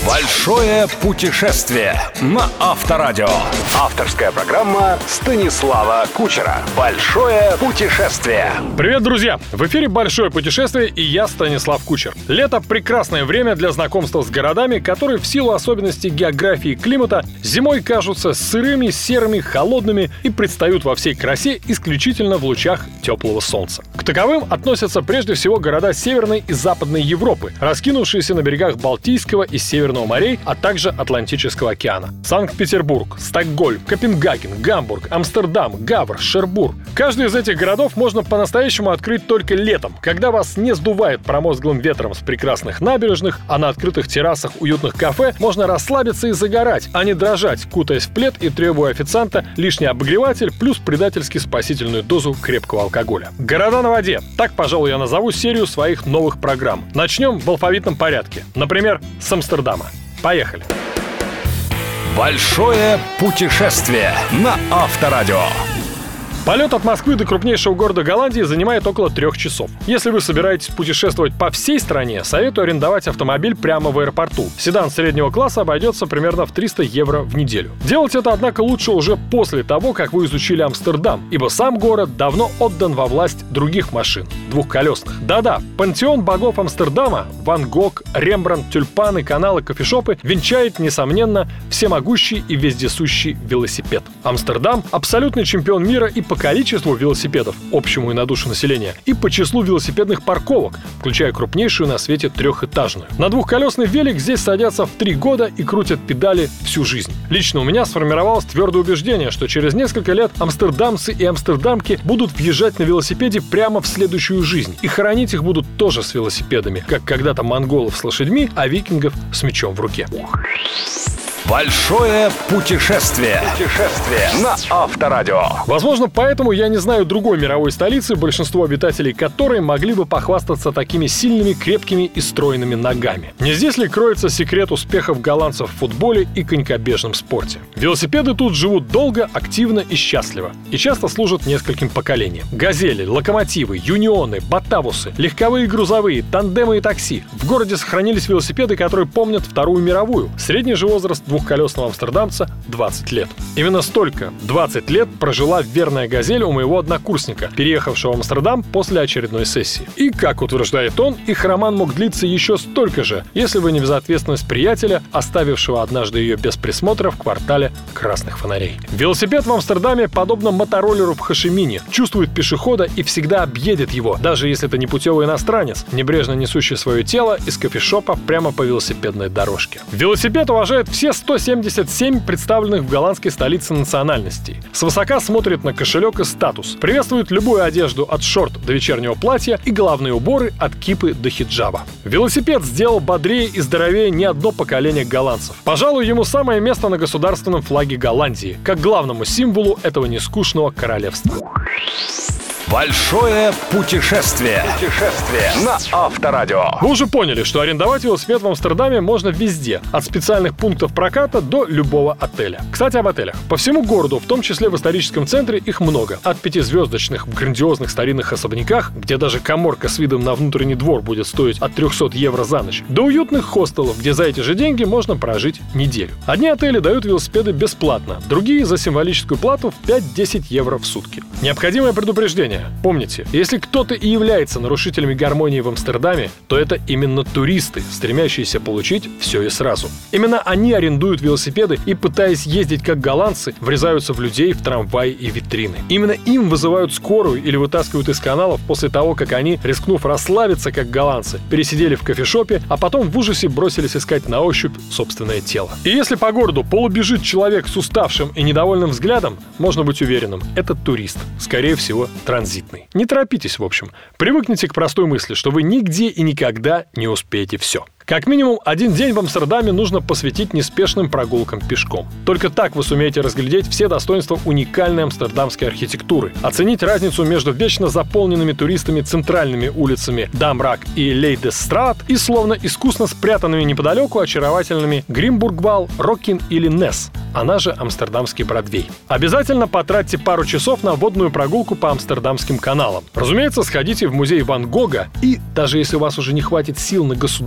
Большое путешествие на Авторадио. Авторская программа Станислава Кучера. Большое путешествие. Привет, друзья! В эфире «Большое путешествие» и я, Станислав Кучер. Лето – прекрасное время для знакомства с городами, которые в силу особенностей географии и климата зимой кажутся сырыми, серыми, холодными и предстают во всей красе исключительно в лучах теплого солнца. К таковым относятся прежде всего города Северной и Западной Европы, раскинувшиеся на берегах Балтийского и Северного морей, а также Атлантического океана. Санкт-Петербург, Стокгольм, Копенгаген, Гамбург, Амстердам, Гавр, Шербург. Каждый из этих городов можно по-настоящему открыть только летом, когда вас не сдувает промозглым ветром с прекрасных набережных, а на открытых террасах уютных кафе можно расслабиться и загорать, а не дрожать, кутаясь в плед и требуя официанта лишний обогреватель плюс предательски спасительную дозу крепкого алкоголя. Города на воде. Так, пожалуй, я назову серию своих новых программ. Начнем в алфавитном порядке. Например, с Амстердама. Поехали! Большое путешествие на Авторадио. Полет от Москвы до крупнейшего города Голландии занимает около 3 часов. Если вы собираетесь путешествовать по всей стране, советую арендовать автомобиль прямо в аэропорту. Седан среднего класса обойдется примерно в 300 евро в неделю. Делать это, однако, лучше уже после того, как вы изучили Амстердам, ибо сам город давно отдан во власть других машин, двухколесных. Да-да, пантеон богов Амстердама, Ван Гог, Рембрандт, тюльпаны, каналы, кофешопы венчает, несомненно, всемогущий и вездесущий велосипед. Амстердам – абсолютный чемпион мира и по количеству велосипедов, общему и на душу населения, и по числу велосипедных парковок, включая крупнейшую на свете трехэтажную. На двухколесный велик здесь садятся в 3 года и крутят педали всю жизнь. Лично у меня сформировалось твердое убеждение, что через несколько лет амстердамцы и амстердамки будут въезжать на велосипеде прямо в следующую жизнь. И хоронить их будут тоже с велосипедами, как когда-то монголов с лошадьми, а викингов с мечом в руке. Большое путешествие на Авторадио. Возможно, поэтому я не знаю другой мировой столицы, большинство обитателей которой могли бы похвастаться такими сильными, крепкими и стройными ногами. Не здесь ли кроется секрет успехов голландцев в футболе и конькобежном спорте? Велосипеды тут живут долго, активно и счастливо. И часто служат нескольким поколениям. Газели, локомотивы, юнионы, батавусы, легковые и грузовые, тандемы и такси. В городе сохранились велосипеды, которые помнят Вторую мировую. Средний же возраст двухколесного амстердамца — 20 лет. Именно столько, 20 лет, прожила верная «Газель» у моего однокурсника, переехавшего в Амстердам после очередной сессии. И, как утверждает он, их роман мог длиться еще столько же, если бы не безответственность приятеля, оставившего однажды ее без присмотра в квартале красных фонарей. Велосипед в Амстердаме, подобно мотороллеру в Хошимине, чувствует пешехода и всегда объедет его, даже если это непутевый иностранец, небрежно несущий свое тело из кофешопа прямо по велосипедной дорожке. Велосипед уважает все 177 представленных в голландской столице национальностей. Свысока смотрит на кошелек и статус. Приветствует любую одежду от шорт до вечернего платья и головные уборы от кипы до хиджаба. Велосипед сделал бодрее и здоровее не одно поколение голландцев. Пожалуй, ему самое место на государственном флаге Голландии, как главному символу этого нескучного королевства. Большое путешествие на Авторадио. Вы уже поняли, что арендовать велосипед в Амстердаме можно везде, от специальных пунктов проката до любого отеля. Кстати, об отелях. По всему городу, в том числе в историческом центре, их много. От 5-звездочных в грандиозных старинных особняках, где даже каморка с видом на внутренний двор будет стоить от 300 евро за ночь, до уютных хостелов, где за эти же деньги можно прожить неделю. Одни отели дают велосипеды бесплатно, другие за символическую плату в 5-10 евро в сутки. Необходимое предупреждение. Помните, если кто-то и является нарушителями гармонии в Амстердаме, то это именно туристы, стремящиеся получить все и сразу. Именно они арендуют велосипеды и, пытаясь ездить как голландцы, врезаются в людей, в трамваи и витрины. Именно им вызывают скорую или вытаскивают из каналов после того, как они, рискнув расслабиться как голландцы, пересидели в кофешопе, а потом в ужасе бросились искать на ощупь собственное тело. И если по городу полубежит человек с уставшим и недовольным взглядом, можно быть уверенным, это турист, скорее всего, транзитный. Не торопитесь, в общем. Привыкните к простой мысли, что вы нигде и никогда не успеете все. Как минимум, один день в Амстердаме нужно посвятить неспешным прогулкам пешком. Только так вы сумеете разглядеть все достоинства уникальной амстердамской архитектуры, оценить разницу между вечно заполненными туристами центральными улицами Дамрак и Лейдестрат и словно искусно спрятанными неподалеку очаровательными Гримбургвал, Роккин или Несс, она же Амстердамский Бродвей. Обязательно потратьте пару часов на водную прогулку по амстердамским каналам. Разумеется, сходите в музей Ван Гога и, даже если у вас уже не хватит сил на государственный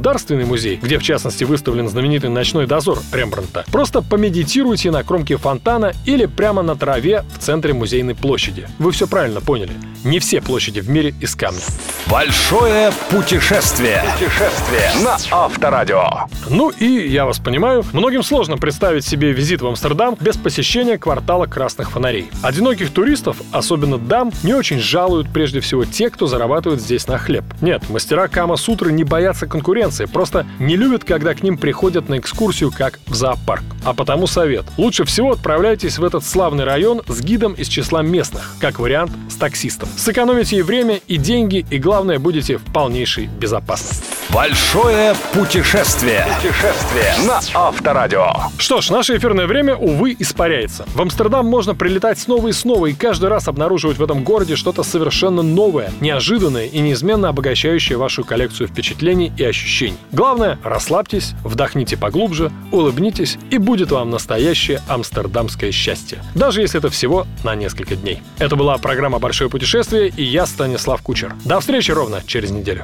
музей, где в частности выставлен знаменитый «Ночной дозор» Рембрандта. Просто помедитируйте на кромке фонтана или прямо на траве в центре музейной площади. Вы все правильно поняли. Не все площади в мире из камня. Большое путешествие. Путешествие на Авторадио. Ну и, я вас понимаю, многим сложно представить себе визит в Амстердам без посещения квартала красных фонарей. Одиноких туристов, особенно дам, не очень жалуют прежде всего те, кто зарабатывает здесь на хлеб. Нет, мастера Кама-сутры не боятся конкуренции, просто не любят, когда к ним приходят на экскурсию как в зоопарк. А потому совет. Лучше всего отправляйтесь в этот славный район с гидом из числа местных, как вариант с таксистом. Сэкономите и время, и деньги, и главное, будете в полнейшей безопасности. Большое путешествие. Путешествие на Авторадио. Что ж, наше эфирное время, увы, испаряется. В Амстердам можно прилетать снова и снова, и каждый раз обнаруживать в этом городе что-то совершенно новое, неожиданное и неизменно обогащающее вашу коллекцию впечатлений и ощущений. Главное, расслабьтесь, вдохните поглубже, улыбнитесь, и будет вам настоящее амстердамское счастье. Даже если это всего на несколько дней. Это была программа «Большое путешествие», и я, Станислав Кучер. До встречи ровно через неделю.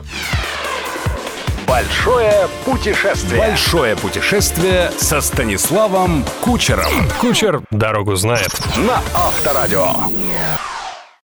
Большое путешествие. Большое путешествие со Станиславом Кучером. Кучер дорогу знает. На Авторадио.